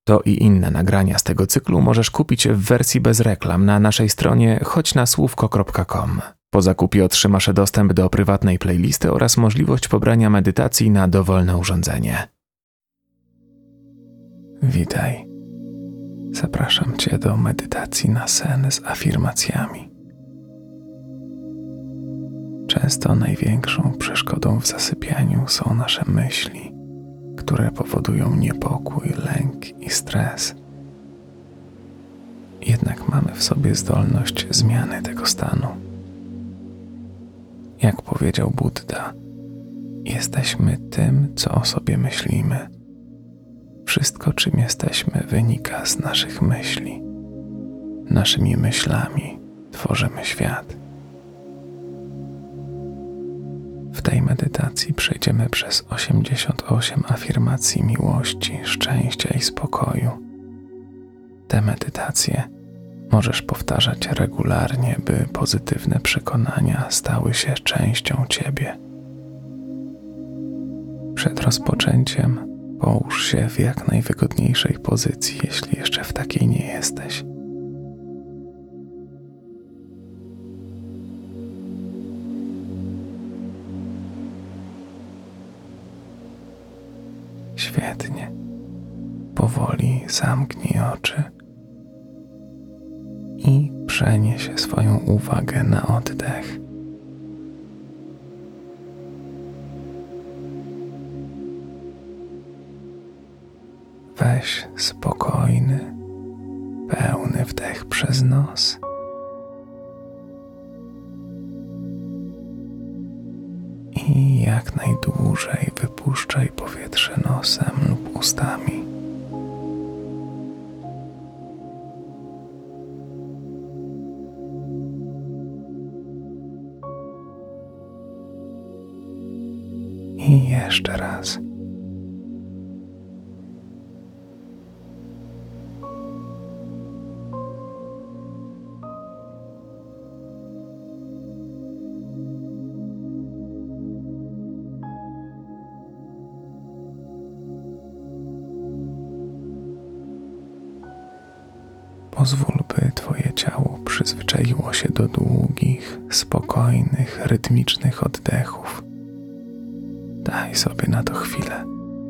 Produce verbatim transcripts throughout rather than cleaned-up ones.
To i inne nagrania z tego cyklu możesz kupić w wersji bez reklam na naszej stronie choćnasłówko kropka com. Po zakupie otrzymasz dostęp do prywatnej playlisty oraz możliwość pobrania medytacji na dowolne urządzenie. Witaj. Zapraszam Cię do medytacji na sen z afirmacjami. Często największą przeszkodą w zasypianiu są nasze myśli, które powodują niepokój, lęk i stres. Jednak mamy w sobie zdolność zmiany tego stanu. Jak powiedział Buddha, jesteśmy tym, co o sobie myślimy. Wszystko, czym jesteśmy, wynika z naszych myśli. Naszymi myślami tworzymy świat. W tej medytacji przejdziemy przez osiemdziesiąt osiem afirmacji miłości, szczęścia i spokoju. Te medytacje możesz powtarzać regularnie, by pozytywne przekonania stały się częścią Ciebie. Przed rozpoczęciem połóż się w jak najwygodniejszej pozycji, jeśli jeszcze w takiej nie jesteś. Świetnie. Powoli zamknij oczy i przenieś swoją uwagę na oddech. Weź spokojny, pełny wdech przez nos. I jak najdłużej wypuszczaj powietrze nosem lub ustami. I jeszcze raz. Pozwól, by Twoje ciało przyzwyczaiło się do długich, spokojnych, rytmicznych oddechów. Daj sobie na to chwilę.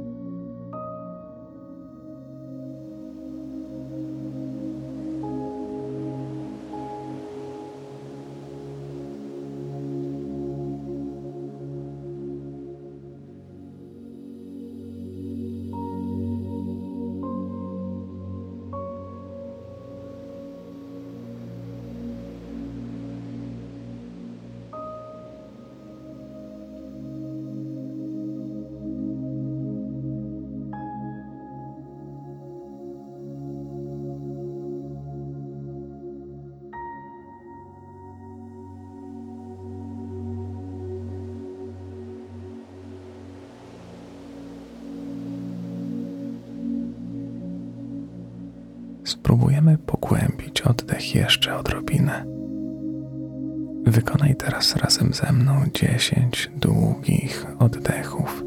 Spróbujemy pogłębić oddech jeszcze odrobinę. Wykonaj teraz razem ze mną dziesięć długich oddechów.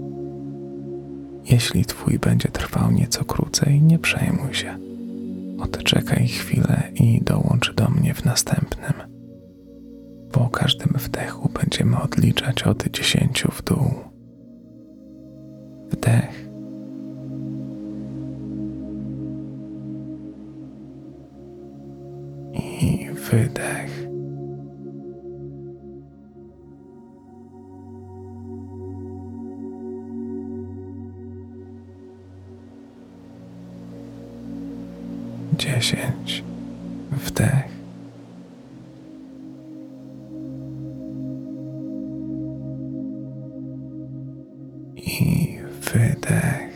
Jeśli Twój będzie trwał nieco krócej, nie przejmuj się. Odczekaj chwilę i dołącz do mnie w następnym. Po każdym wdechu będziemy odliczać od dziesięciu w dół. Wdech. I wydech. Dziesięć. Wdech. I wydech.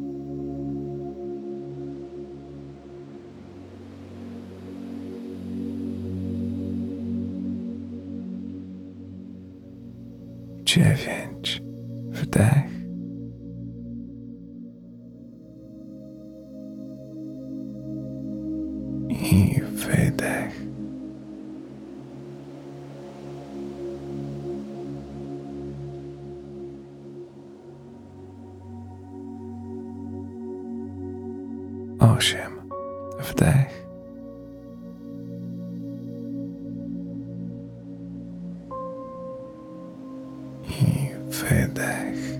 Dziewięć. Wdech. I wydech. osiem. Wdech. I wydech.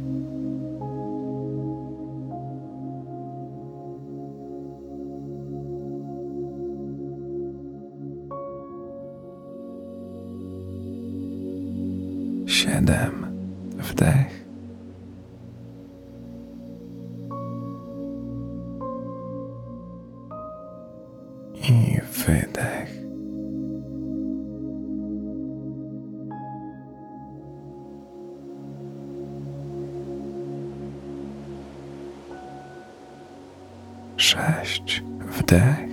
Siedem. Wdech. I wydech. Sześć. Wdech.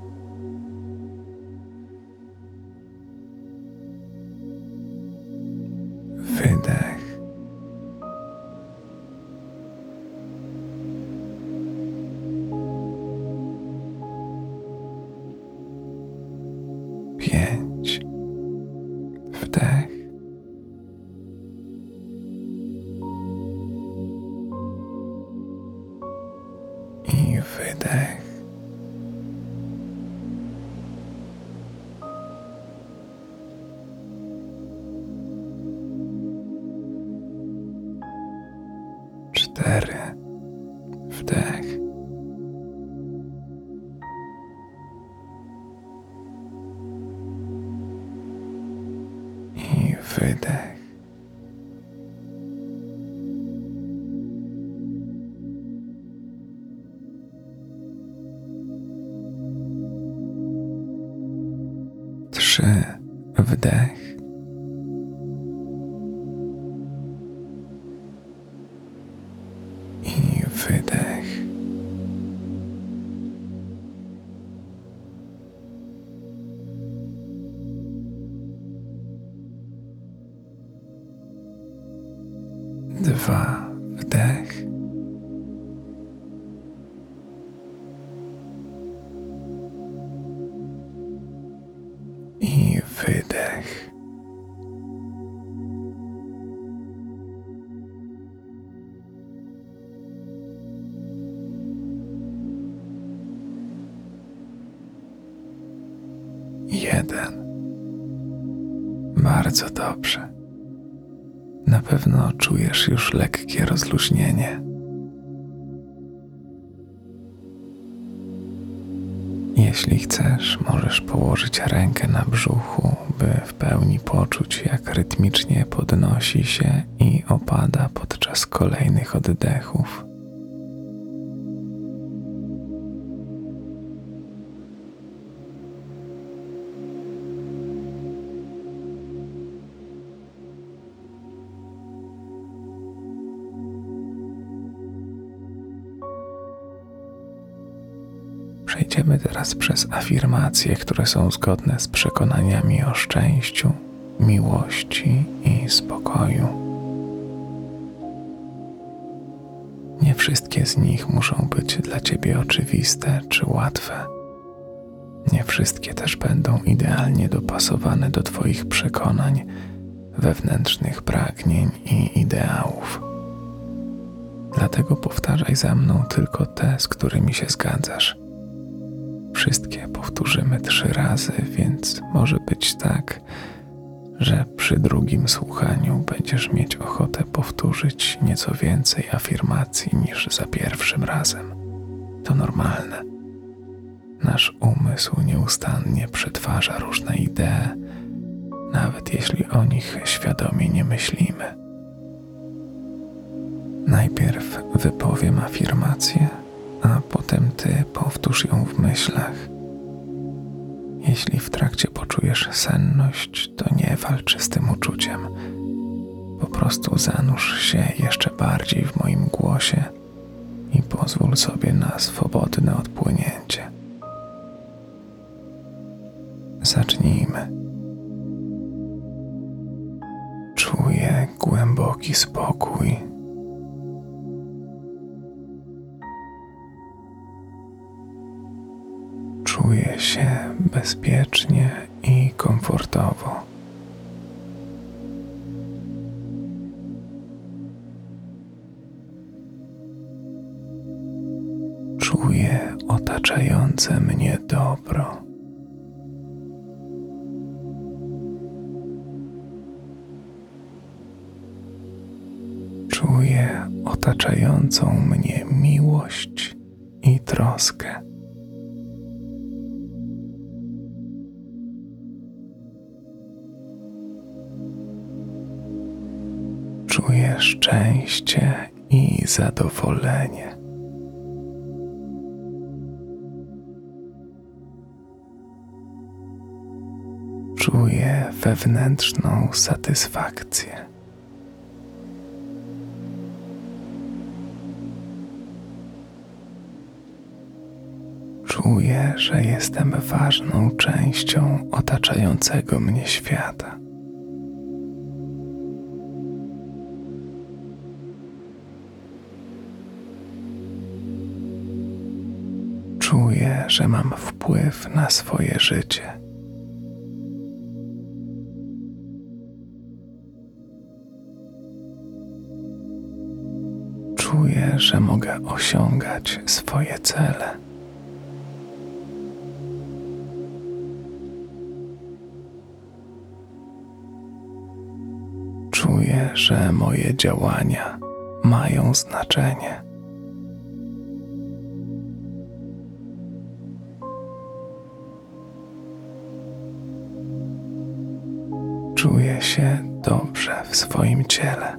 Wydech. Pięć. Wdech. I wydech. Cztery. Wdech. I wydech. Trzy. Wdech. I wydech. Dwa. Wdech. I wydech. Jeden. Bardzo dobrze. Na pewno czujesz już lekkie rozluźnienie. Jeśli chcesz, możesz położyć rękę na brzuchu, by w pełni poczuć, jak rytmicznie podnosi się i opada podczas kolejnych oddechów. Przejdziemy teraz przez afirmacje, które są zgodne z przekonaniami o szczęściu, miłości i spokoju. Nie wszystkie z nich muszą być dla ciebie oczywiste czy łatwe. Nie wszystkie też będą idealnie dopasowane do twoich przekonań, wewnętrznych pragnień i ideałów. Dlatego powtarzaj za mną tylko te, z którymi się zgadzasz. Wszystkie powtórzymy trzy razy, więc może być tak, że przy drugim słuchaniu będziesz mieć ochotę powtórzyć nieco więcej afirmacji niż za pierwszym razem. To normalne. Nasz umysł nieustannie przetwarza różne idee, nawet jeśli o nich świadomie nie myślimy. Najpierw wypowiem afirmację, a potem ty powtórz ją w myślach. Jeśli w trakcie poczujesz senność, to nie walcz z tym uczuciem. Po prostu zanurz się jeszcze bardziej w moim głosie i pozwól sobie na swobodne odpłynięcie. Zacznijmy. Czuję głęboki spokój. Czuję się bezpiecznie i komfortowo. Czuję otaczające otaczające mnie dobro. Czuję otaczającą mnie miłość i troskę. Czuję szczęście i zadowolenie. Czuję wewnętrzną satysfakcję. Czuję, że jestem ważną częścią otaczającego mnie świata. Czuję, że mam wpływ na swoje życie. Czuję, że mogę osiągać swoje cele. Czuję, że moje działania mają znaczenie. Czuję się dobrze w swoim ciele.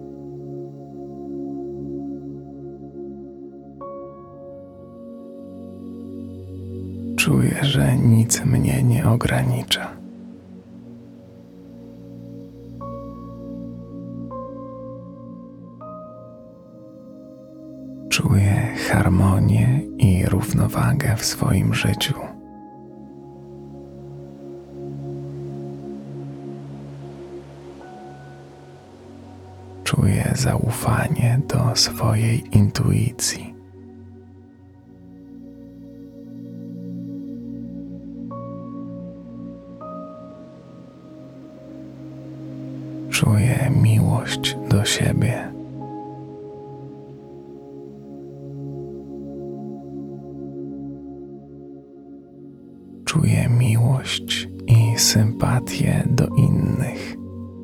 Czuję, że nic mnie nie ogranicza. Czuję harmonię i równowagę w swoim życiu. Czuję zaufanie do swojej intuicji. Czuję miłość do siebie. Czuję miłość i sympatię do innych.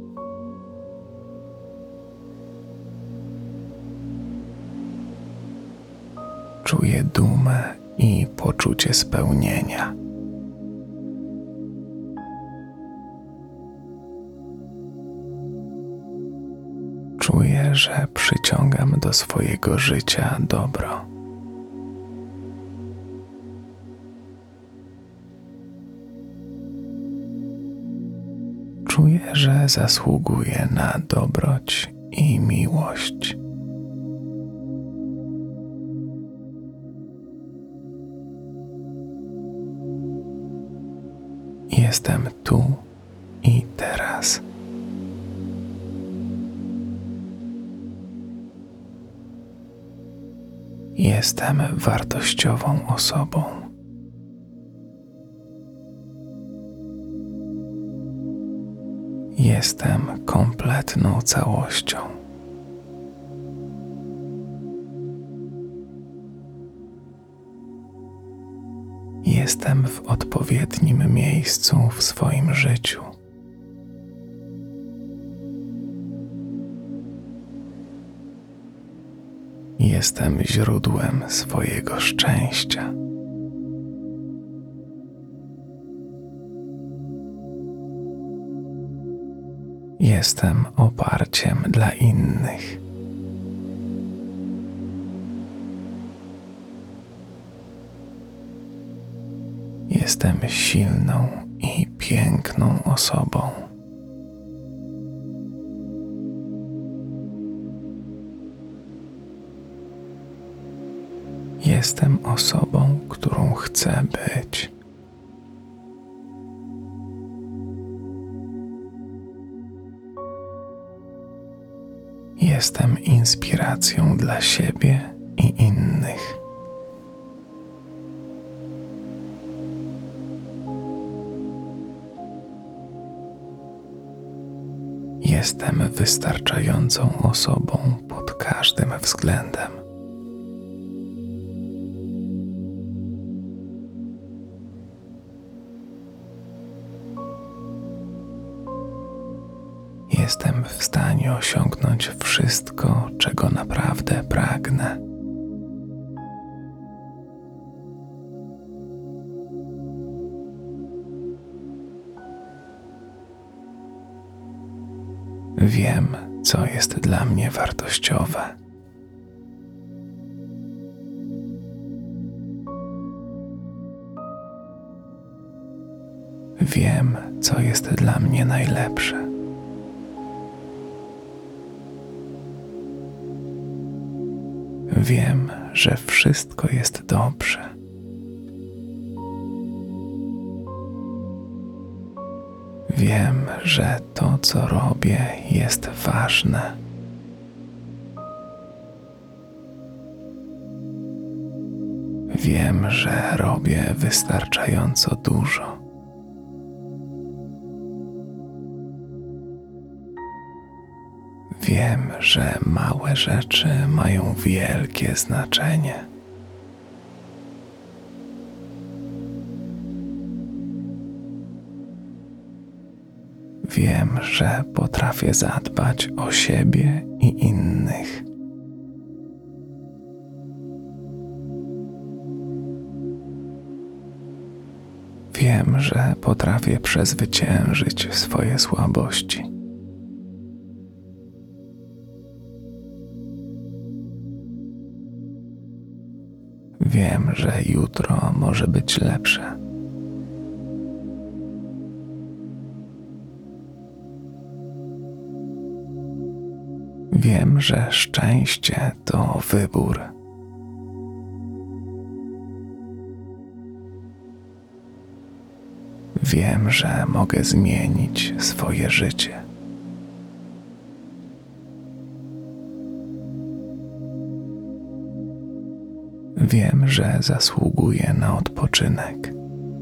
Czuję dumę i poczucie spełnienia. Czuję, że przyciągam do swojego życia dobro. Czuję, że zasługuję na dobroć i miłość. Jestem tu i teraz. Jestem wartościową osobą. Jestem kompletną całością. Jestem w odpowiednim miejscu w swoim życiu. Jestem źródłem swojego szczęścia. Jestem oparciem dla innych. Jestem silną i piękną osobą. Jestem osobą, którą chcę być. Jestem inspiracją dla siebie i innych. Jestem wystarczającą osobą pod każdym względem. jestem w stanie osiągnąć wszystko, czego naprawdę pragnę. Wiem, co jest dla mnie wartościowe. Wiem, co jest dla mnie najlepsze. Wiem, że wszystko jest dobrze. Wiem, że to, co robię, jest ważne. Wiem, że robię wystarczająco dużo. Wiem, że małe rzeczy mają wielkie znaczenie. Wiem, że potrafię zadbać o siebie i innych. Wiem, że potrafię przezwyciężyć swoje słabości. Wiem, że jutro może być lepsze. Wiem, że szczęście to wybór. Wiem, że mogę zmienić swoje życie. Wiem, że zasługuję na odpoczynek.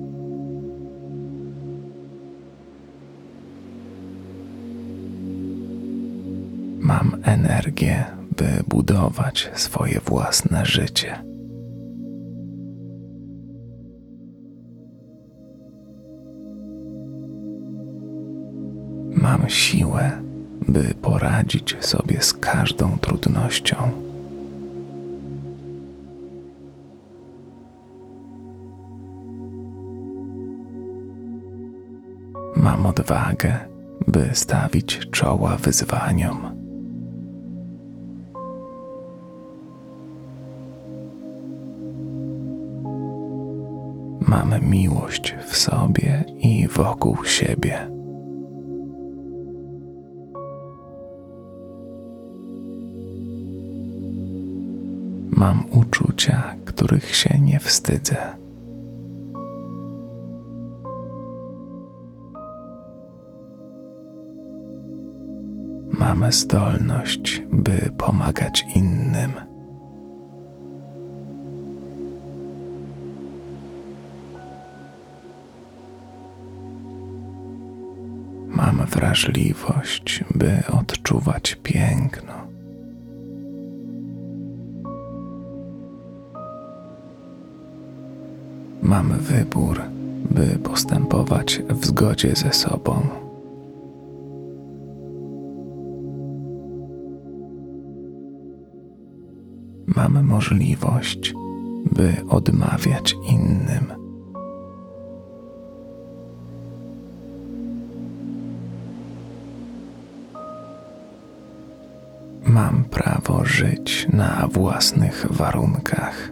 Mam energię, by budować swoje własne życie. Mam siłę, by poradzić sobie z każdą trudnością. Mam odwagę, by stawić czoła wyzwaniom. Mam miłość w sobie i wokół siebie. Mam uczucia, których się nie wstydzę. Mam zdolność, by pomagać innym. Mam wrażliwość, by odczuwać piękno. Mam wybór, by postępować w zgodzie ze sobą. Mam możliwość, by odmawiać innym. Mam prawo żyć na własnych warunkach.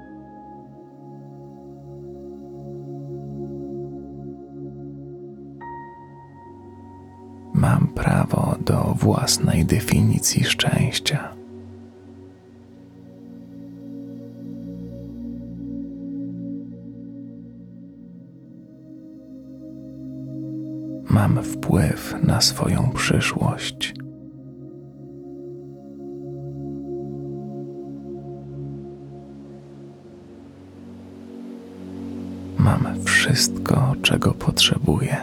Mam prawo do własnej definicji szczęścia. Mam wpływ na swoją przyszłość. Mam wszystko, czego potrzebuję.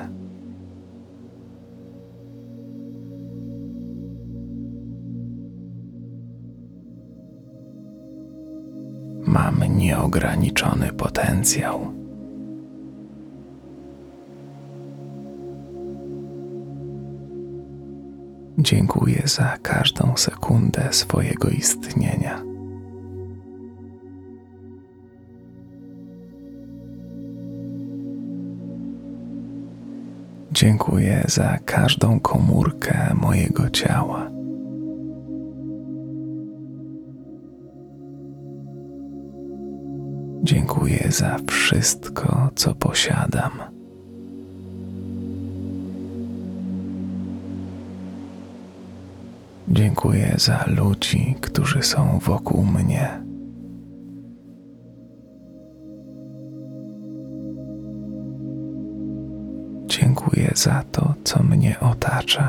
Mam nieograniczony potencjał. Dziękuję za każdą sekundę swojego istnienia. Dziękuję za każdą komórkę mojego ciała. Dziękuję za wszystko, co posiadam. Dziękuję za ludzi, którzy są wokół mnie. Dziękuję za to, co mnie otacza.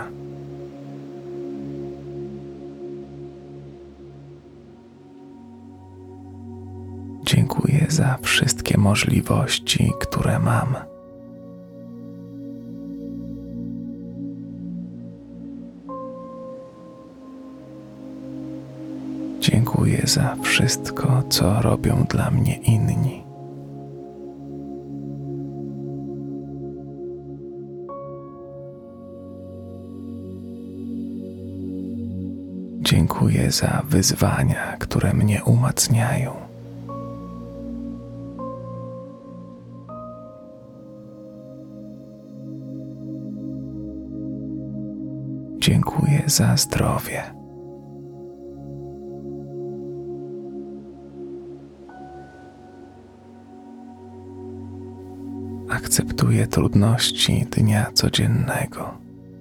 Dziękuję za wszystkie możliwości, które mam. Dziękuję za wszystko, co robią dla mnie inni. Dziękuję za wyzwania, które mnie umacniają. Dziękuję za zdrowie. Akceptuję trudności dnia codziennego.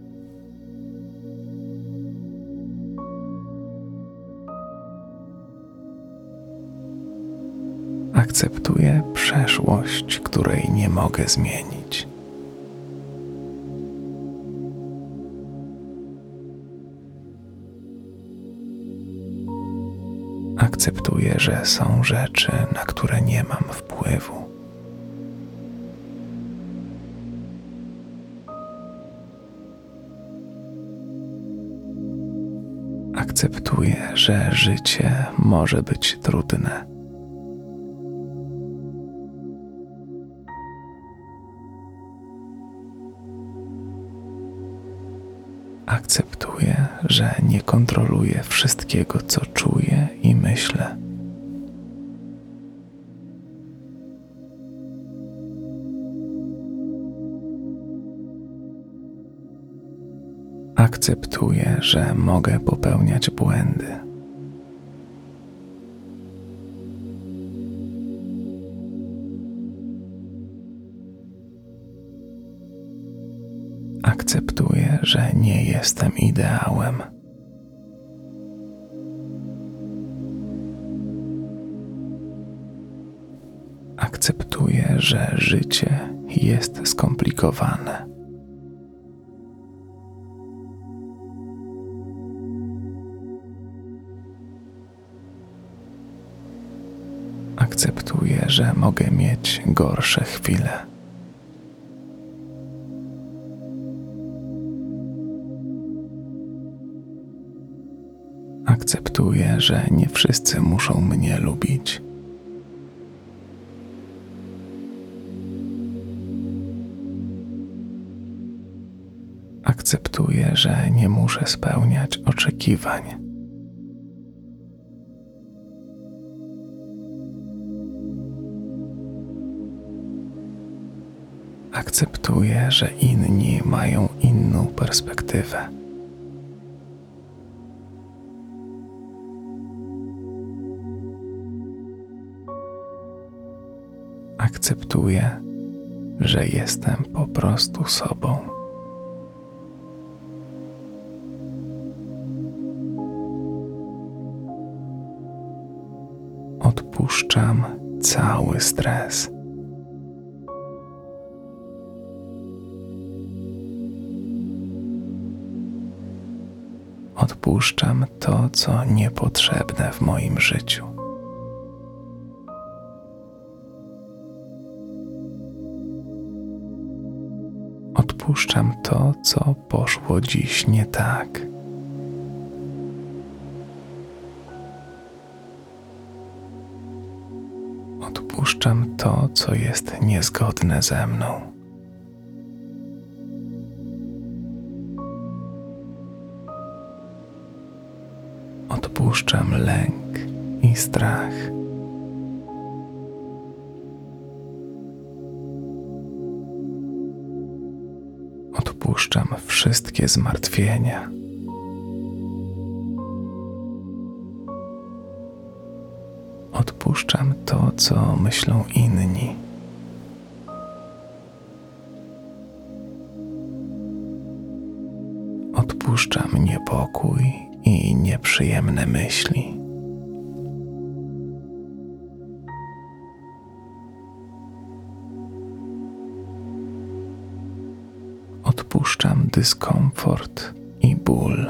Akceptuję przeszłość, której nie mogę zmienić. Akceptuję, że są rzeczy, na które nie mam wpływu. Akceptuję, że życie może być trudne. Akceptuję, że nie kontroluję wszystkiego, co czuję i myślę. Akceptuję, że mogę popełniać błędy. Akceptuję, że nie jestem ideałem. Akceptuję, że życie jest skomplikowane. Akceptuję, że mogę mieć gorsze chwile. Akceptuję, że nie wszyscy muszą mnie lubić. Akceptuję, że nie muszę spełniać oczekiwań. Akceptuję, że inni mają inną perspektywę. Akceptuję, że jestem po prostu sobą. Odpuszczam cały stres. Odpuszczam to, co niepotrzebne w moim życiu. Odpuszczam to, co poszło dziś nie tak. Odpuszczam to, co jest niezgodne ze mną. Odpuszczam lęk i strach. Odpuszczam wszystkie zmartwienia. Odpuszczam to, co myślą inni. Odpuszczam niepokój i nieprzyjemne myśli. Odpuszczam dyskomfort i ból.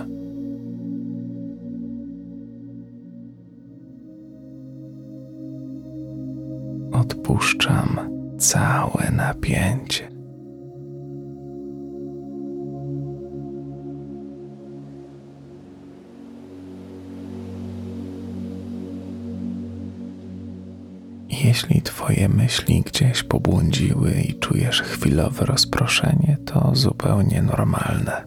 Odpuszczam całe napięcie. Jeśli twoje myśli gdzieś pobłądziły i czujesz chwilowe rozproszenie, to zupełnie normalne.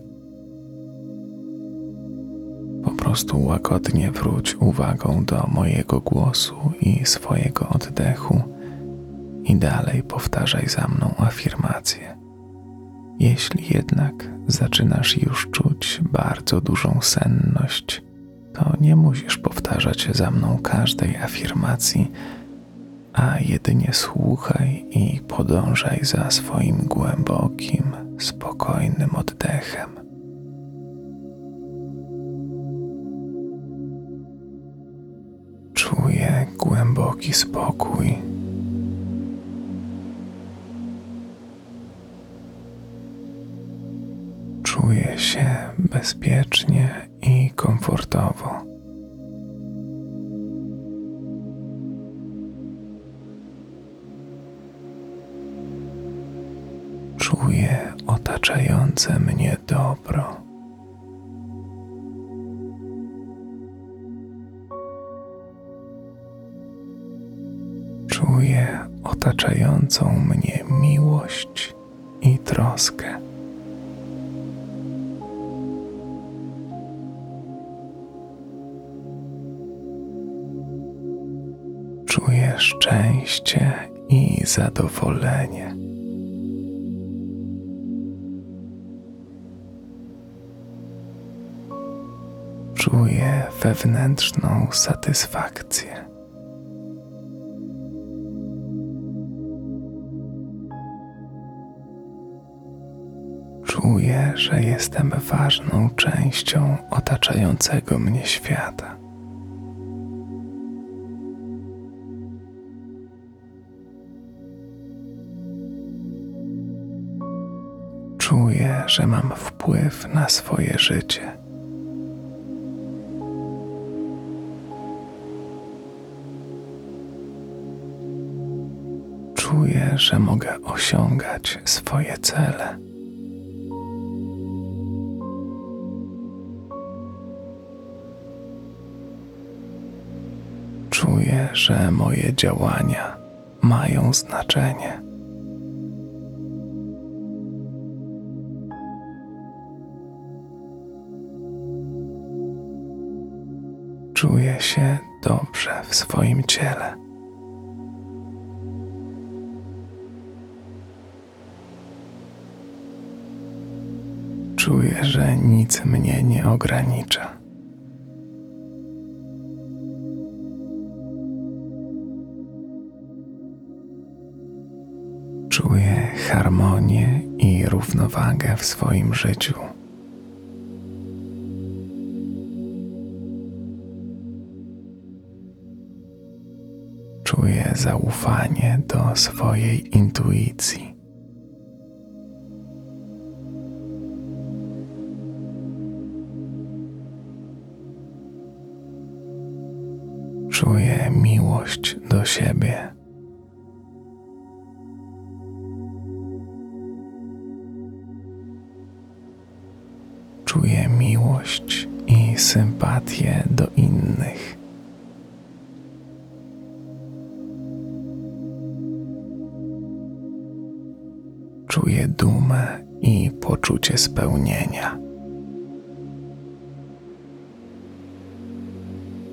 Po prostu łagodnie wróć uwagą do mojego głosu i swojego oddechu i dalej powtarzaj za mną afirmacje. Jeśli jednak zaczynasz już czuć bardzo dużą senność, to nie musisz powtarzać za mną każdej afirmacji, a jedynie słuchaj i podążaj za swoim głębokim, spokojnym oddechem. Czuję głęboki spokój. Czuję się bezpiecznie i komfortowo. Czuję otaczające mnie dobro. Czuję otaczającą mnie miłość i troskę. Czuję szczęście i zadowolenie. Czuję wewnętrzną satysfakcję. Czuję, że jestem ważną częścią otaczającego mnie świata. Czuję, że mam wpływ na swoje życie. Czuję, że mogę osiągać swoje cele. Czuję, że moje działania mają znaczenie. Czuję się dobrze w swoim ciele. Czuję, że nic mnie nie ogranicza. Czuję harmonię i równowagę w swoim życiu. Czuję zaufanie do swojej intuicji. Czuję miłość do siebie. Czuję miłość i sympatię do innych. Czuję dumę i poczucie spełnienia.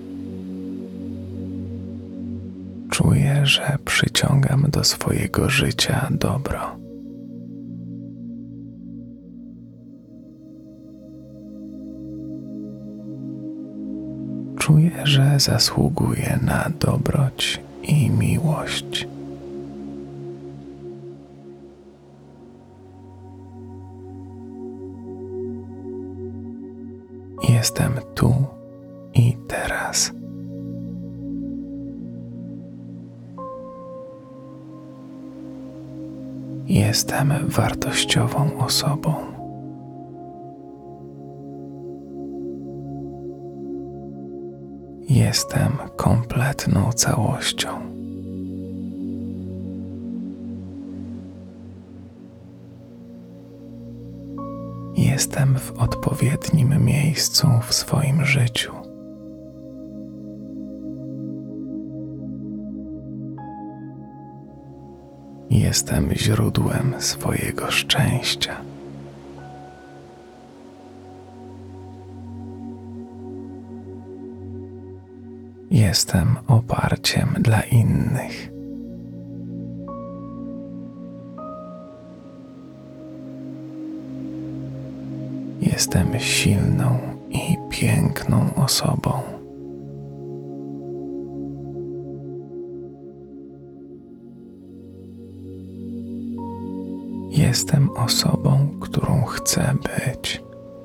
Czuję, że przyciągam do swojego życia dobro. Czuję, że zasługuję na dobroć i miłość. Jestem tu i teraz. Jestem wartościową osobą. Jestem kompletną całością. Jestem w odpowiednim miejscu w swoim życiu. Jestem źródłem swojego szczęścia. Jestem oparciem dla innych. Jestem silną i piękną osobą. Jestem osobą, którą chcę być.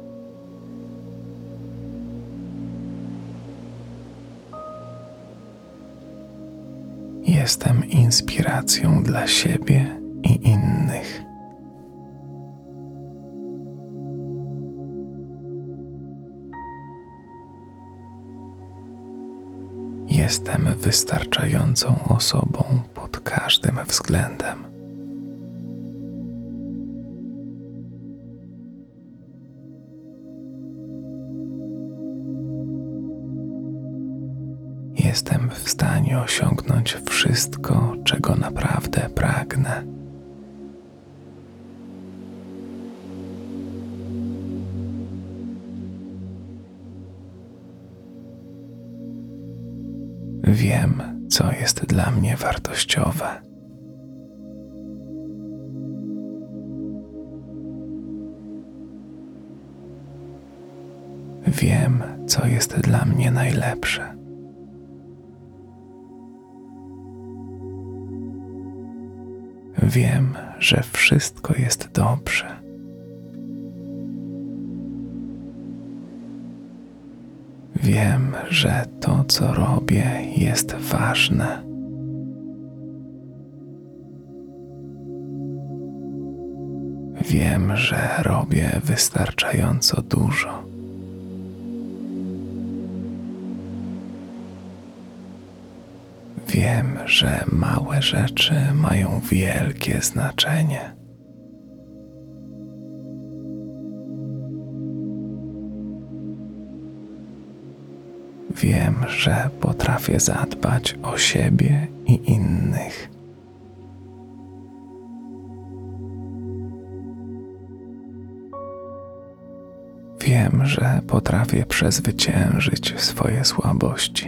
Jestem inspiracją dla siebie i innych. Jestem wystarczającą osobą pod każdym względem. Jestem w stanie osiągnąć wszystko, czego naprawdę pragnę. Wiem, co jest dla mnie wartościowe. Wiem, co jest dla mnie najlepsze. Wiem, że wszystko jest dobrze. Wiem, że to, co robię, jest ważne. Wiem, że robię wystarczająco dużo. Wiem, że małe rzeczy mają wielkie znaczenie. Wiem, że potrafię zadbać o siebie i innych. Wiem, że potrafię przezwyciężyć swoje słabości.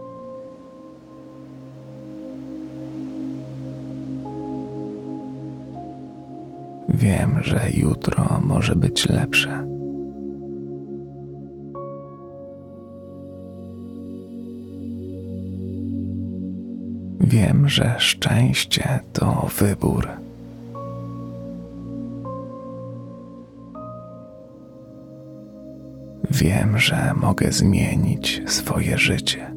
Wiem, że jutro może być lepsze. Wiem, że szczęście to wybór. Wiem, że mogę zmienić swoje życie.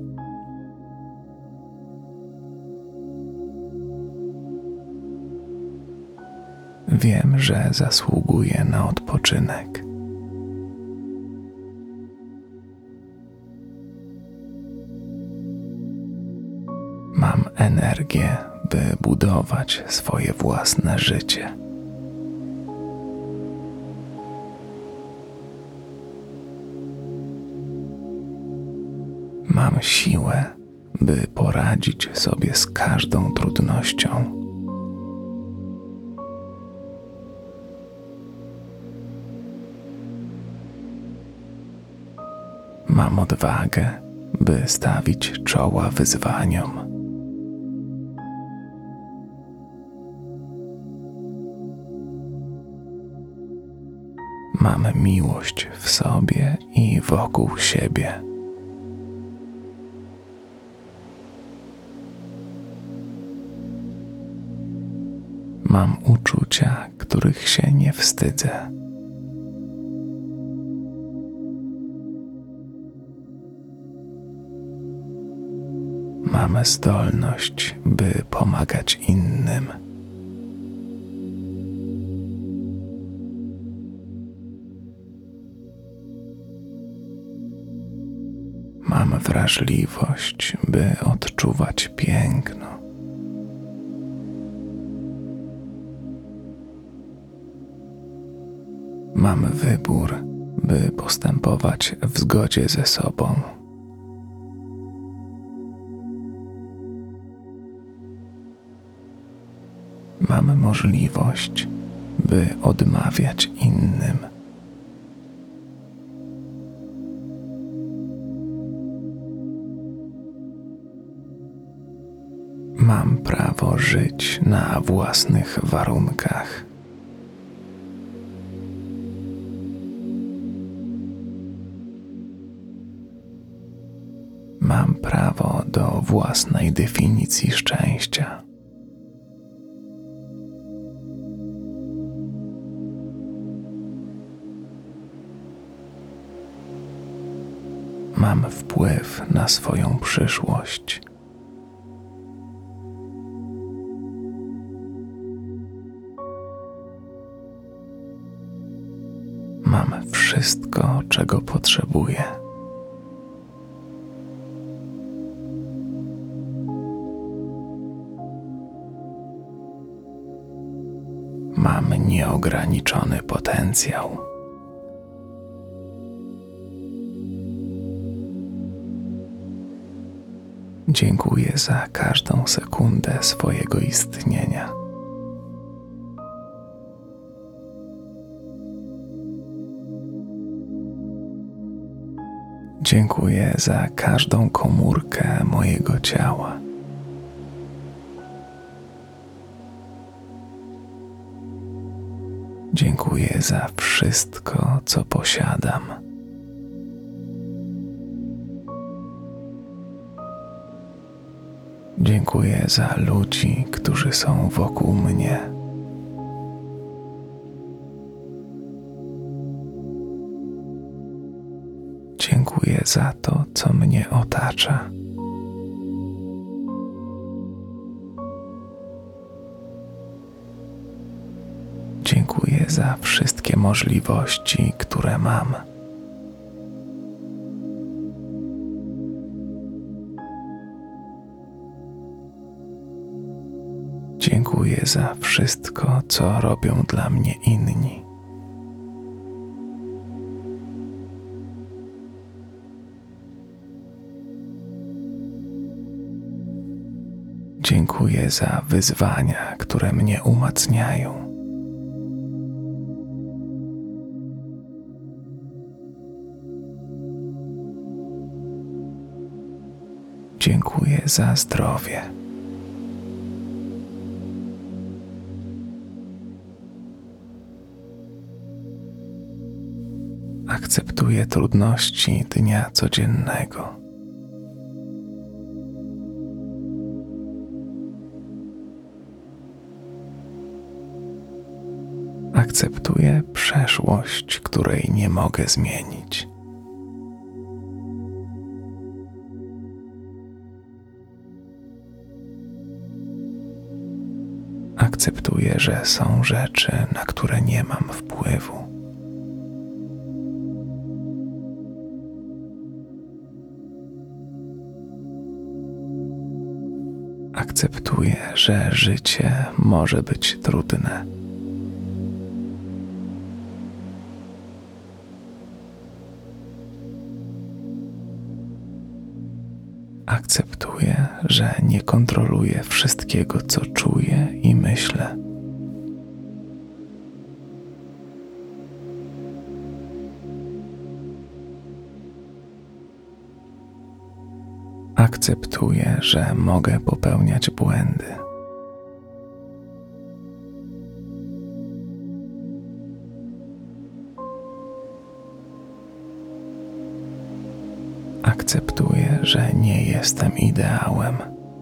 Wiem, że zasługuję na odpoczynek. Mam energię, by budować swoje własne życie. Mam siłę, by poradzić sobie z każdą trudnością. Mam odwagę, by stawić czoła wyzwaniom. Mamy miłość w sobie i wokół siebie. Mam uczucia, których się nie wstydzę. Mamy zdolność, by pomagać innym. Mam wrażliwość, by odczuwać piękno. Mam wybór, by postępować w zgodzie ze sobą. Mamy możliwość, by odmawiać innym. Mam prawo żyć na własnych warunkach. Mam prawo do własnej definicji szczęścia. Mam wpływ na swoją przyszłość. Mam wszystko, czego potrzebuję. Mam nieograniczony potencjał. Dziękuję za każdą sekundę swojego istnienia. Dziękuję za każdą komórkę mojego ciała. Dziękuję za wszystko, co posiadam. Dziękuję za ludzi, którzy są wokół mnie. Dziękuję za to, co mnie otacza. Dziękuję za wszystkie możliwości, które mam. Dziękuję za wszystko, co robią dla mnie inni. Dziękuję za wyzwania, które mnie umacniają. Dziękuję za zdrowie. Akceptuję trudności dnia codziennego. Akceptuję przeszłość, której nie mogę zmienić. Akceptuję, że są rzeczy, na które nie mam wpływu. Akceptuję, że życie może być trudne. Akceptuję, że nie kontroluję wszystkiego, co czuję i myślę. Akceptuję, że mogę popełniać błędy. Akceptuję, że nie jestem ideałem.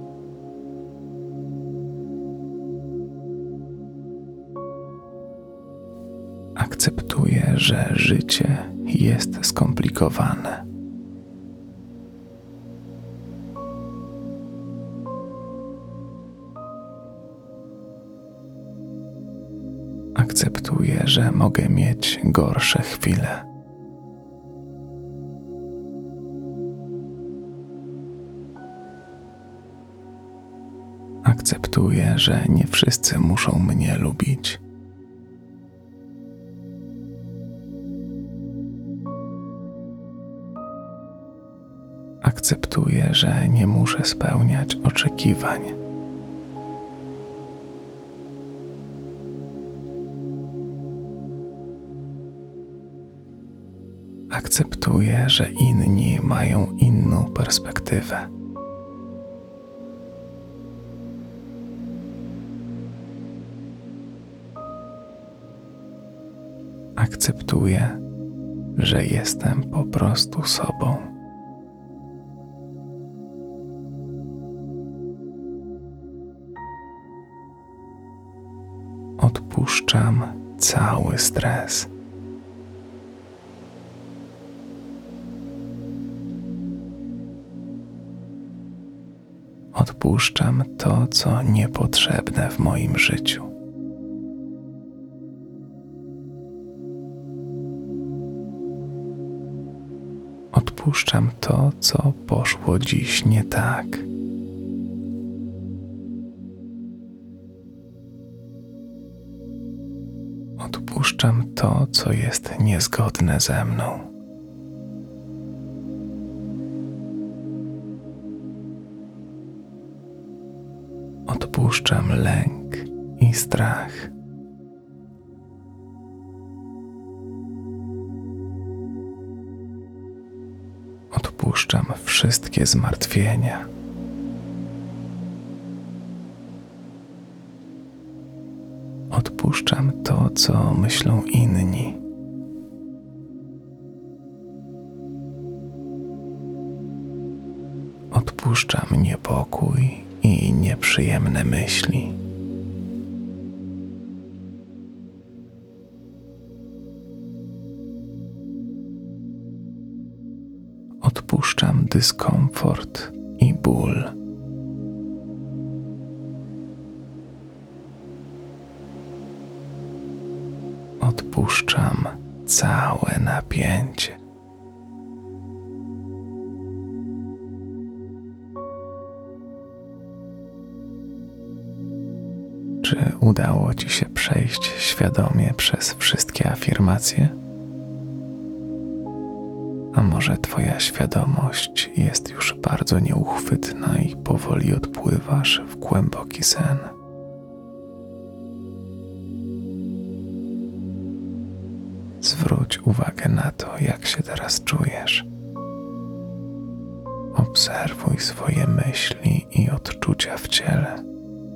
Akceptuję, że życie jest skomplikowane. Akceptuję, że mogę mieć gorsze chwile. Akceptuję, że nie wszyscy muszą mnie lubić. Akceptuję, że nie muszę spełniać oczekiwań. Akceptuję, że inni mają inną perspektywę. Akceptuję, że jestem po prostu sobą. Odpuszczam cały stres. Odpuszczam to, co niepotrzebne w moim życiu. Odpuszczam to, co poszło dziś nie tak. Odpuszczam to, co jest niezgodne ze mną. Odpuszczam lęk i strach. Odpuszczam wszystkie zmartwienia. Odpuszczam to, co myślą inni. Odpuszczam niepokój i nieprzyjemne myśli. Odpuszczam dyskomfort i ból. Odpuszczam całe napięcie. Czy udało Ci się przejść świadomie przez wszystkie afirmacje? A może Twoja świadomość jest już bardzo nieuchwytna i powoli odpływasz w głęboki sen? Zwróć uwagę na to, jak się teraz czujesz. Obserwuj swoje myśli i odczucia w ciele.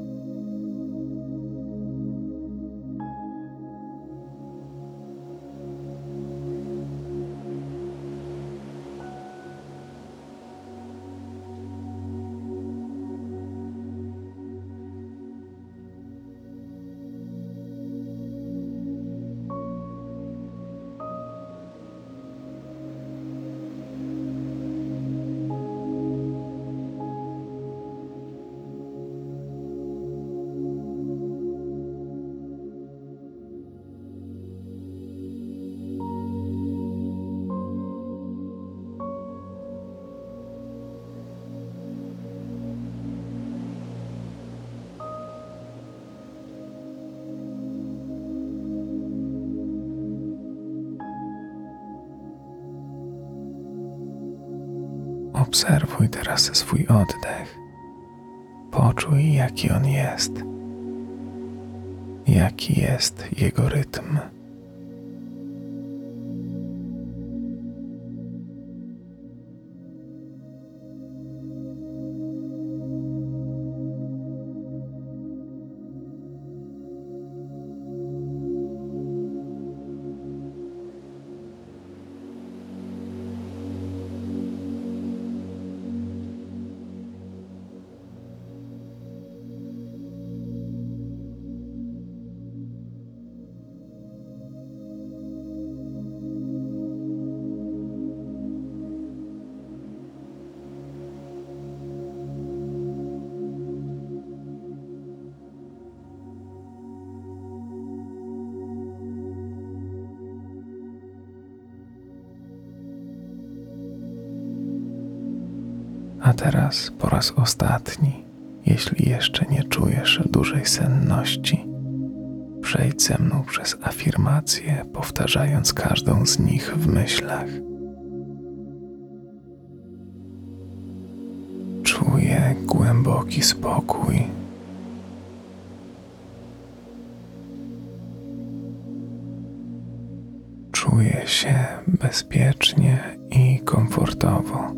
Obserwuj teraz swój oddech. Poczuj, jaki on jest. Jaki jest jego rytm. A teraz po raz ostatni, jeśli jeszcze nie czujesz dużej senności, przejdź ze mną przez afirmacje, powtarzając każdą z nich w myślach. Czuję głęboki spokój. Czuję się bezpiecznie i komfortowo.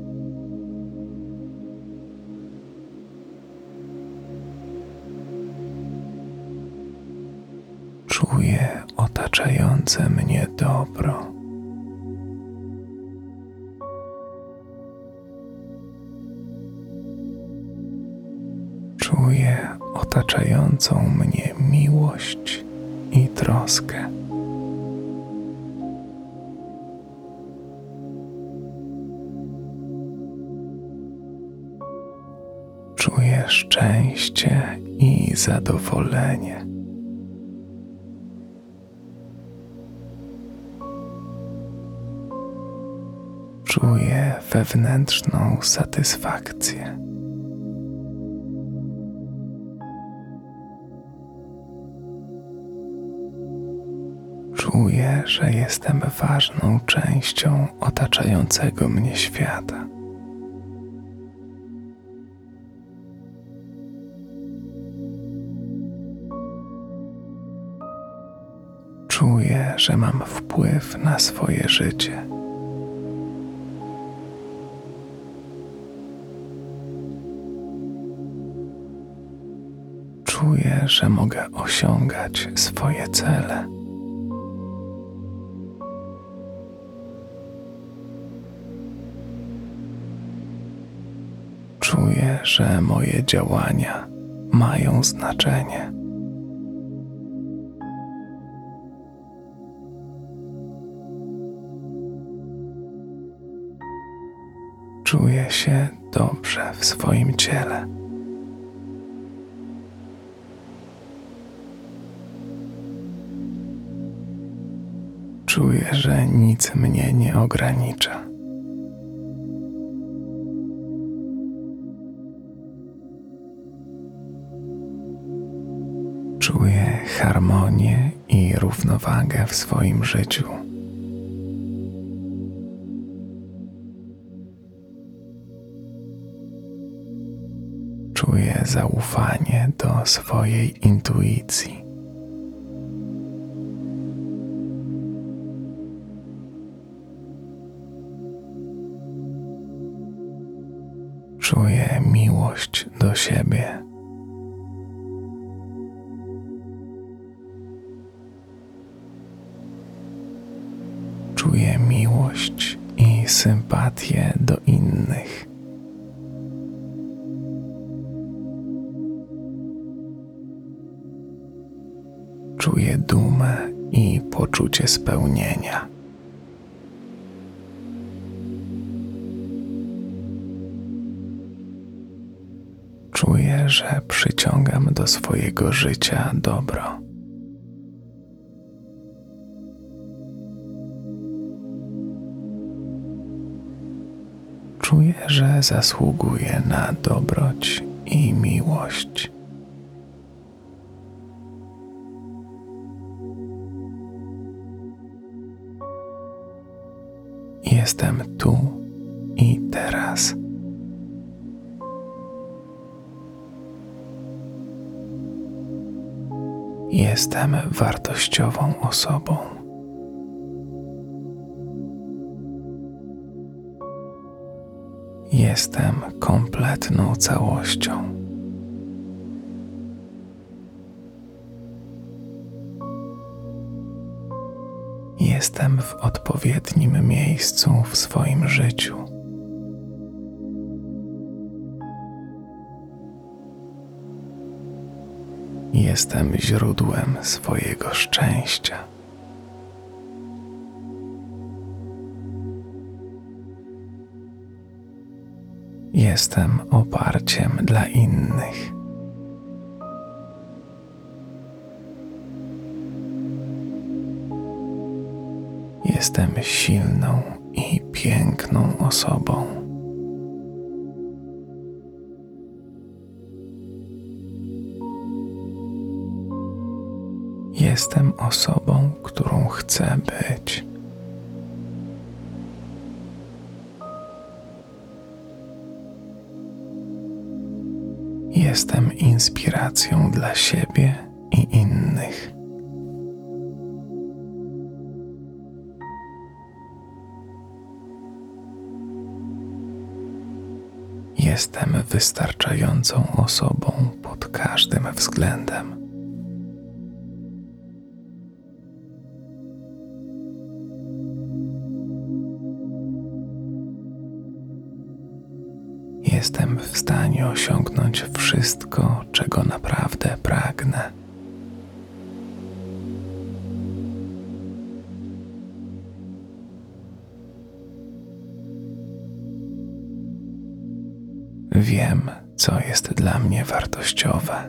Czuję otaczające mnie dobro. Czuję otaczającą mnie miłość i troskę. Czuję szczęście i zadowolenie. Czuję wewnętrzną satysfakcję. Czuję, że jestem ważną częścią otaczającego mnie świata. Czuję, że mam wpływ na swoje życie. Czuję, że mogę osiągać swoje cele. Czuję, że moje działania mają znaczenie. Czuję się dobrze w swoim ciele. Czuję, że nic mnie nie ogranicza. Czuję harmonię i równowagę w swoim życiu. Czuję zaufanie do swojej intuicji. Czuję miłość do siebie. Czuję miłość i sympatię do innych. Czuję dumę i poczucie spełnienia. Czuję, że przyciągam do swojego życia dobro. Czuję, że zasługuję na dobroć i miłość. Jestem tu i teraz. Jestem wartościową osobą. Jestem kompletną całością. Jestem w odpowiednim miejscu w swoim życiu. Jestem źródłem swojego szczęścia. Jestem oparciem dla innych. Jestem silną i piękną osobą. Jestem osobą, którą chcę być. Jestem inspiracją dla siebie i innych. Jestem wystarczającą osobą pod każdym względem. Jestem w stanie osiągnąć wszystko, czego naprawdę pragnę. Wiem, co jest dla mnie wartościowe.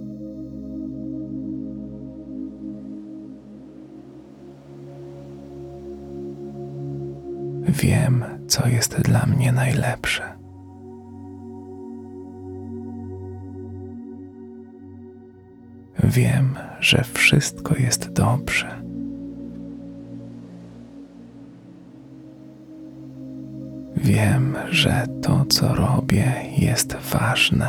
Wiem, co jest dla mnie najlepsze. Wiem, że wszystko jest dobrze. Wiem, że to, co robię, jest ważne.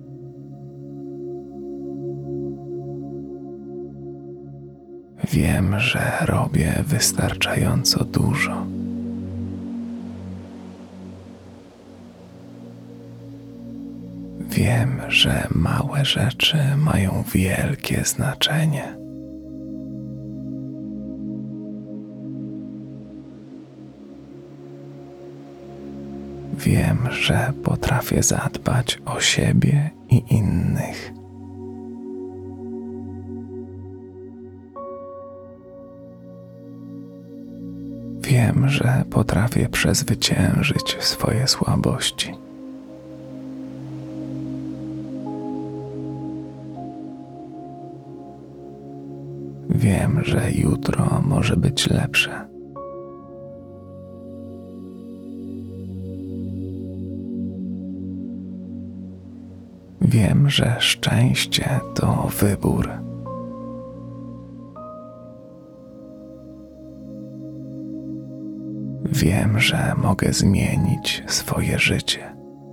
Wiem, że robię wystarczająco dużo. Wiem, że małe rzeczy mają wielkie znaczenie. Wiem, że potrafię zadbać o siebie i innych. Wiem, że potrafię przezwyciężyć swoje słabości. Wiem, że jutro może być lepsze. Wiem, że szczęście to wybór. Wiem, że mogę zmienić swoje życie.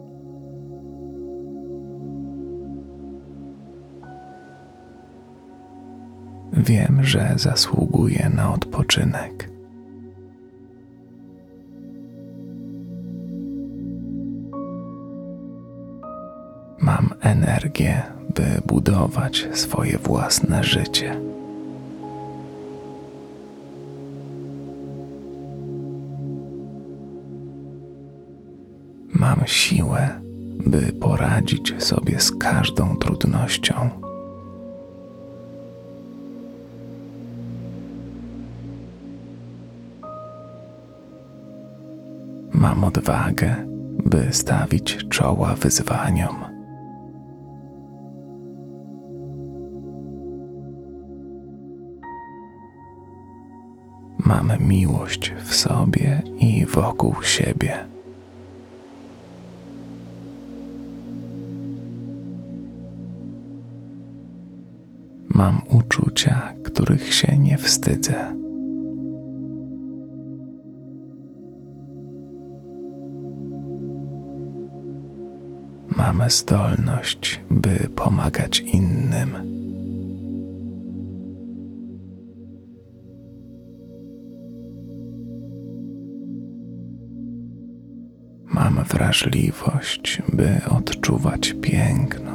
Wiem, że zasługuję na odpoczynek. Mam energię, by budować swoje własne życie. Mam siłę, by poradzić sobie z każdą trudnością. Mam odwagę, by stawić czoła wyzwaniom. Mam miłość w sobie i wokół siebie. Mam uczucia, których się nie wstydzę. Mam zdolność, by pomagać innym. Mam wrażliwość, by odczuwać piękno.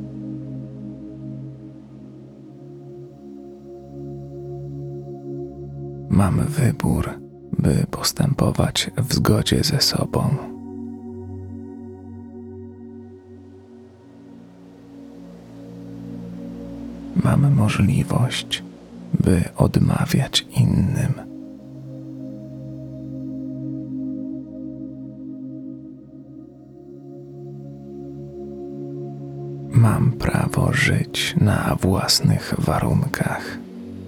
Mam wybór, by postępować w zgodzie ze sobą. Mam możliwość, by odmawiać innym. Mam prawo żyć na własnych warunkach.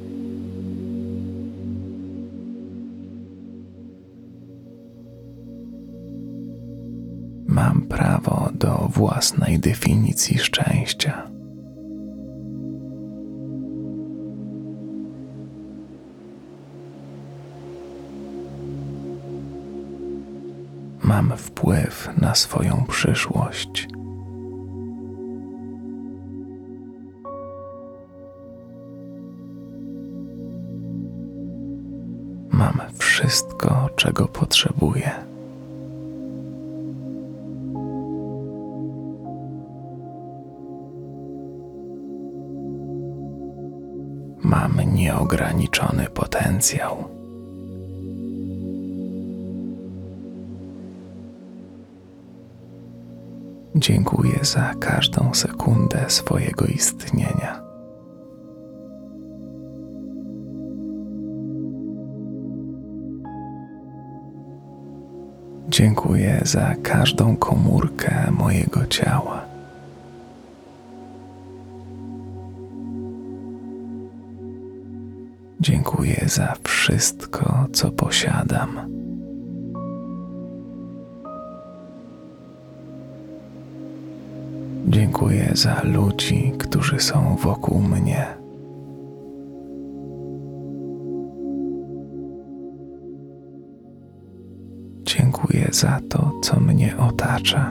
Mam prawo do własnej definicji szczęścia. mam wpływ na swoją przyszłość. Mam wszystko, czego potrzebuję. Mam nieograniczony potencjał. Dziękuję za każdą sekundę swojego istnienia. Dziękuję za każdą komórkę mojego ciała. Dziękuję za wszystko, co posiadam. Dziękuję za ludzi, którzy są wokół mnie. Dziękuję za to, co mnie otacza.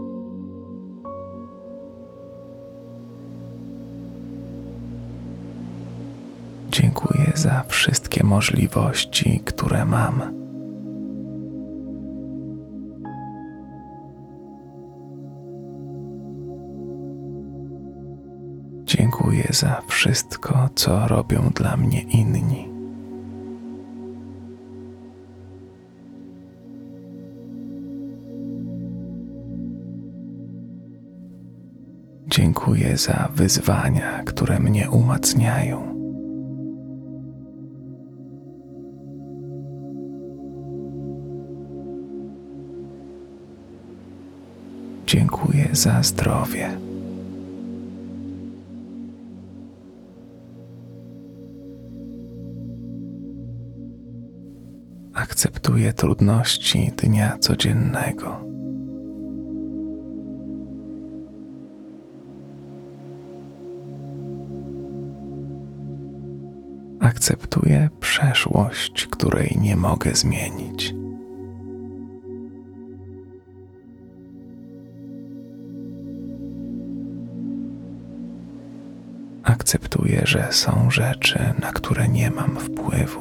Dziękuję za wszystkie możliwości, które mam. Dziękuję za wszystko, co robią dla mnie inni. Dziękuję za wyzwania, które mnie umacniają. Dziękuję za zdrowie. Akceptuję trudności dnia codziennego. Akceptuję przeszłość, której nie mogę zmienić. Akceptuję, że są rzeczy, na które nie mam wpływu.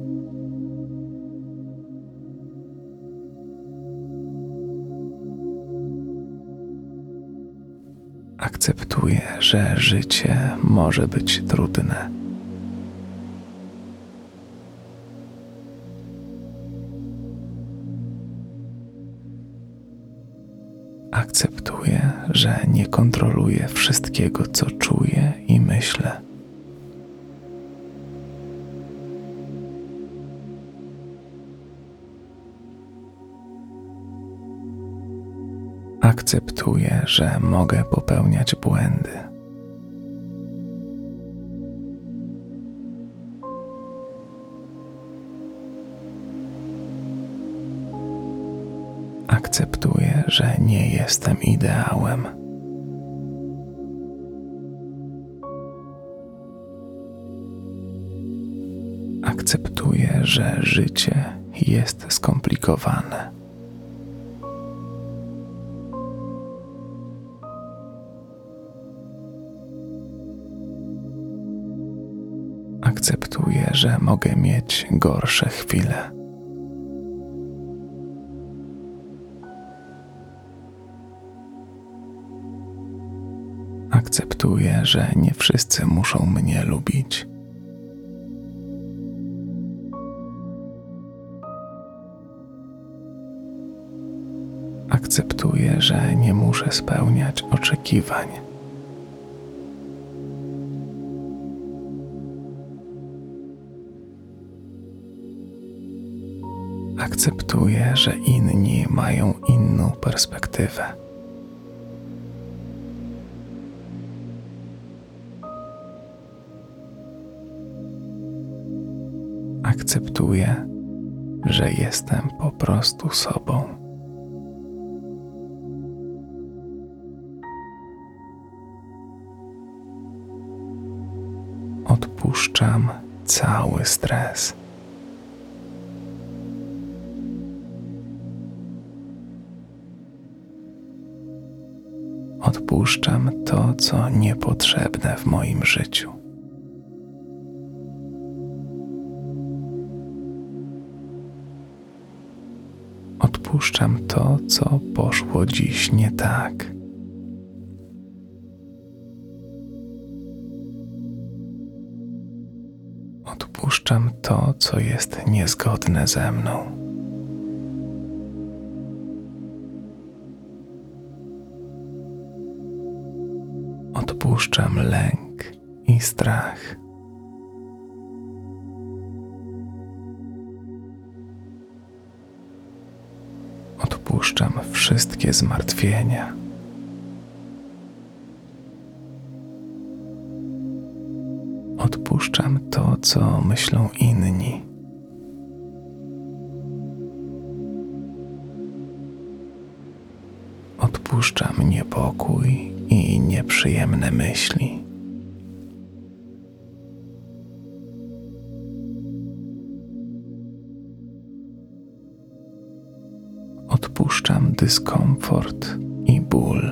Akceptuję, że życie może być trudne. Akceptuję, że nie kontroluję wszystkiego, co czuję i myślę. Akceptuję, że mogę popełniać błędy. Akceptuję, że nie jestem ideałem. Akceptuję, że życie jest skomplikowane. Akceptuję, że mogę mieć gorsze chwile. Akceptuję, że nie wszyscy muszą mnie lubić. Akceptuję, że nie muszę spełniać oczekiwań. Akceptuję, że inni mają inną perspektywę. Akceptuję, że jestem po prostu sobą. Odpuszczam cały stres. Odpuszczam to, co niepotrzebne w moim życiu. Odpuszczam to, co poszło dziś nie tak. Odpuszczam to, co jest niezgodne ze mną. Odpuszczam lęk i strach. Odpuszczam wszystkie zmartwienia. Odpuszczam to, co myślą inni. Odpuszczam niepokój i nieprzyjemne myśli. Odpuszczam dyskomfort i ból.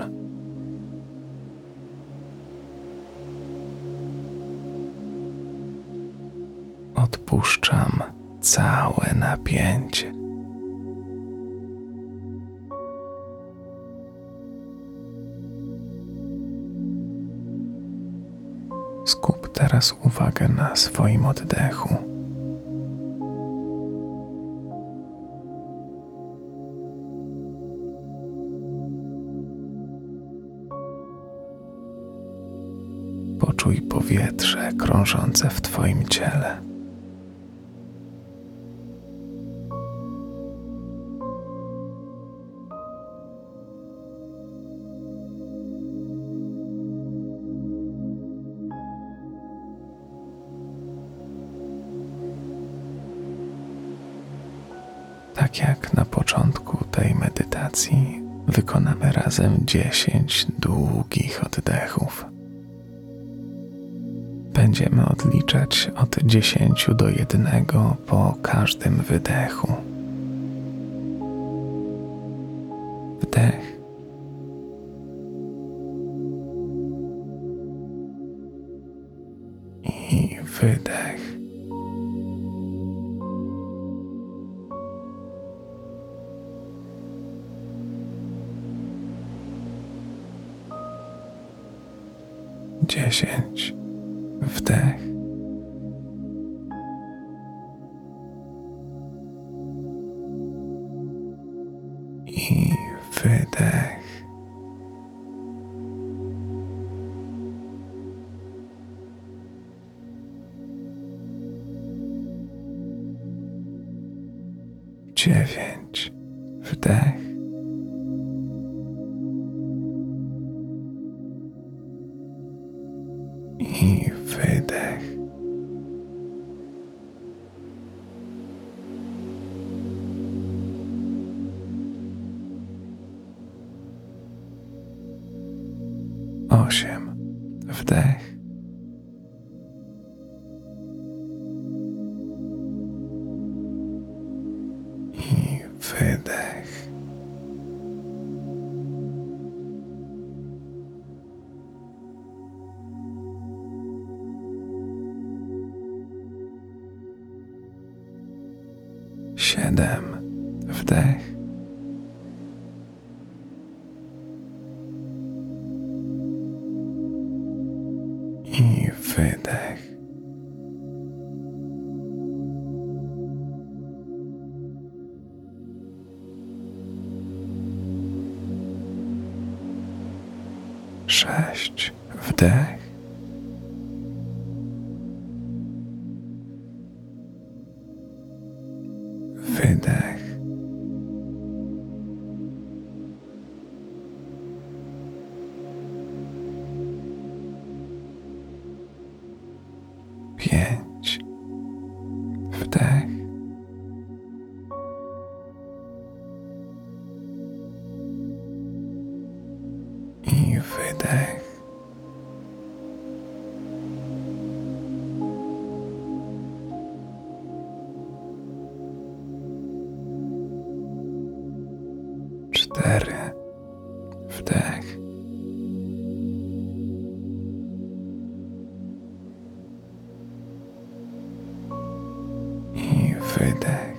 Odpuszczam całe napięcie. Skup teraz uwagę na swoim oddechu. Poczuj powietrze krążące w twoim ciele. Tak jak na początku tej medytacji, wykonamy razem dziesięć długich oddechów. Będziemy odliczać od dziesięciu do jednego po każdym wydechu. Wdech. I wydech. Dziesięć. Wdech i wydech. Dziewięć. Wdech i wydech. Osiem. Wdech i wydech. Siedem. Wdech i wydech. Sześć. Wdech wydech. Pięć. Wdech i wydech. Cztery. Wdech wydech.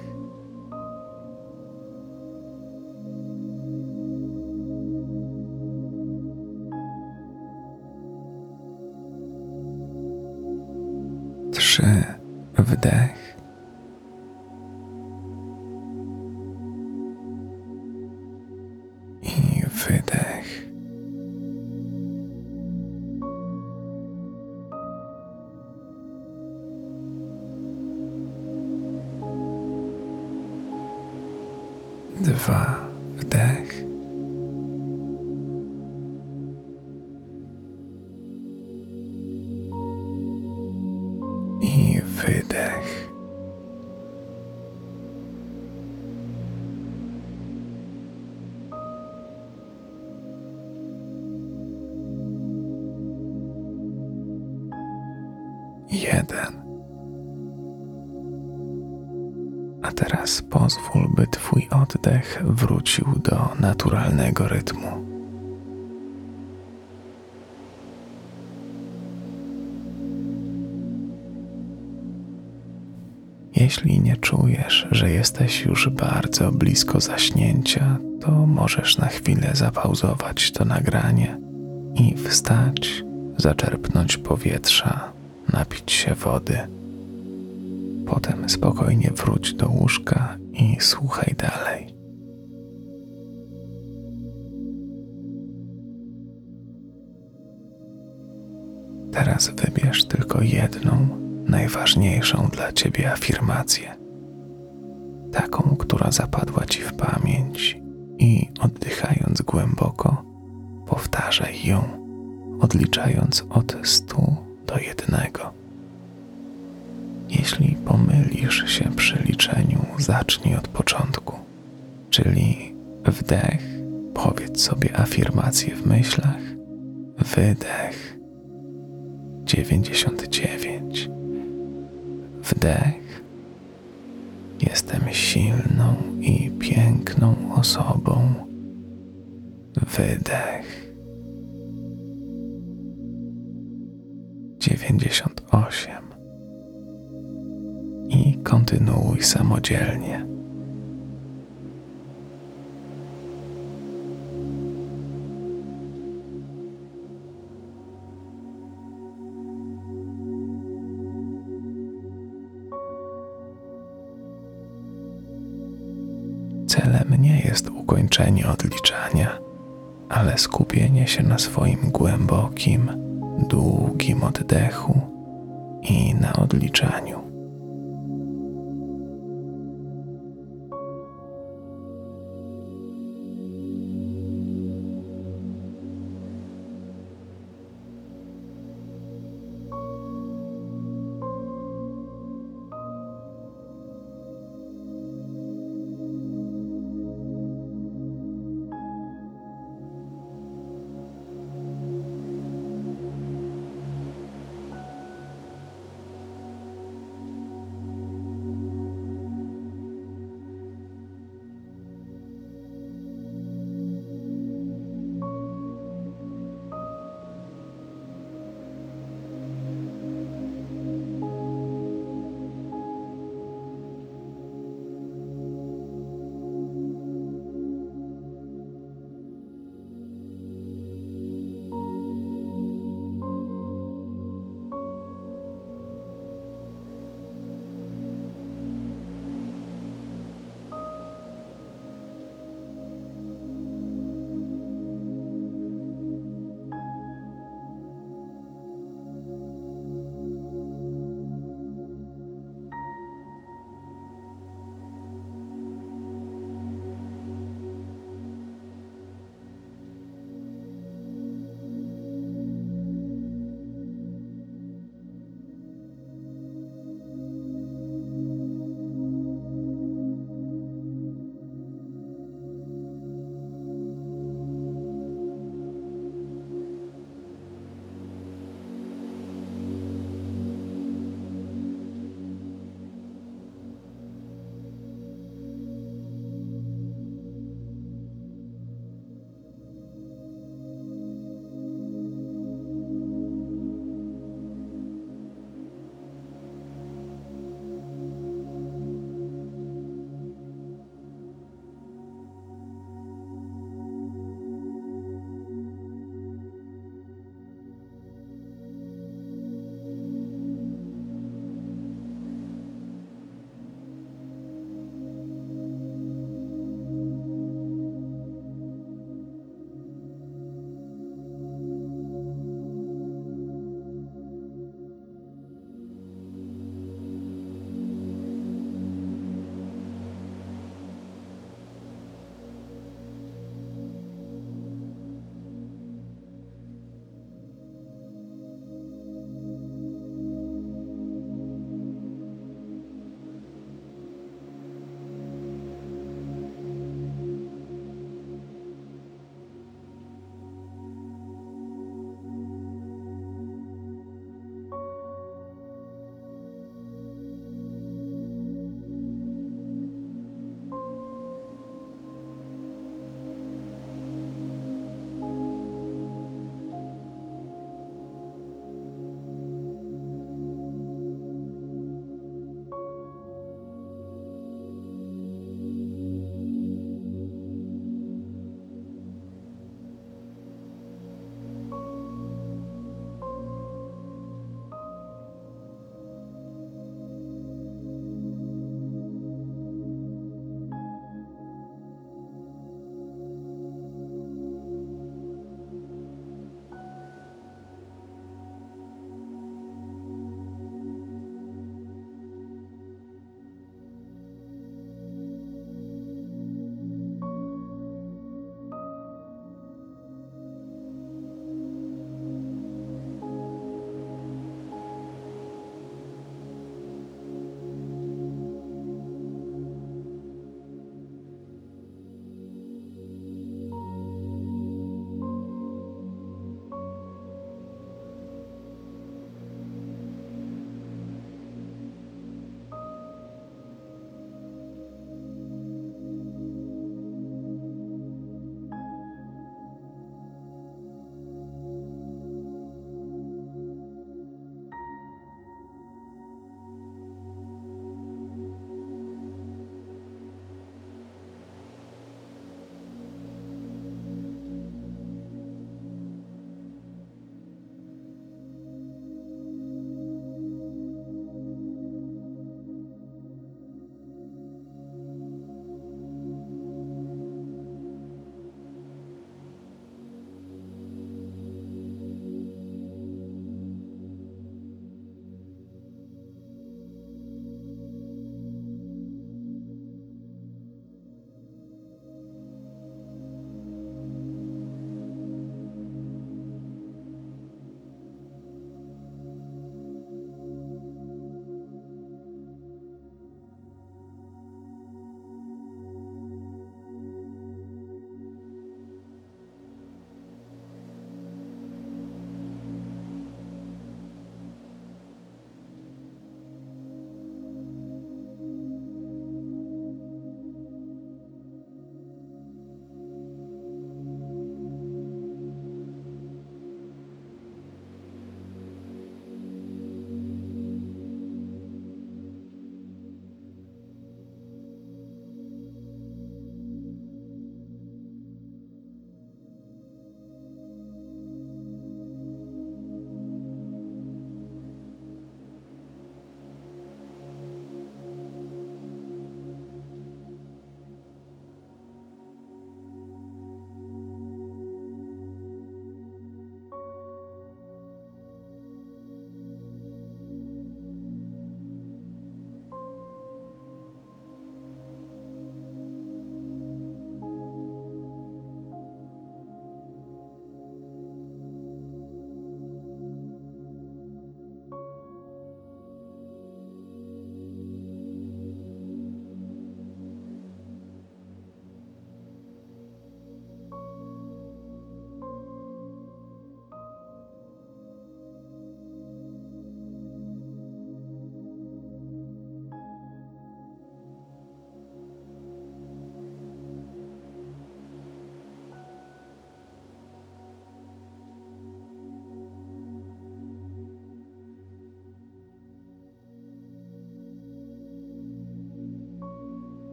Trzy, wdech. I wydech. Dwa, wdech. I wydech. Jeden. A teraz pozwól, by twój oddech wrócił do naturalnego rytmu. Jeśli nie czujesz, że jesteś już bardzo blisko zaśnięcia, to możesz na chwilę zapauzować to nagranie i wstać, zaczerpnąć powietrza, napić się wody. Potem spokojnie wróć do łóżka i słuchaj dalej. Teraz wybierz tylko jedną, najważniejszą dla ciebie afirmację. Taką, która zapadła ci w pamięć i oddychając głęboko, powtarzaj ją, odliczając od stu do jednego. Jeśli pomylisz się przy liczeniu, zacznij od początku, czyli wdech, powiedz sobie afirmację w myślach, wydech, dziewięćdziesiąt dziewięć, wdech, jestem silną i piękną osobą, wydech, dziewięćdziesiąt osiem. I kontynuuj samodzielnie. Celem nie jest ukończenie odliczania, ale skupienie się na swoim głębokim, długim oddechu i na odliczaniu.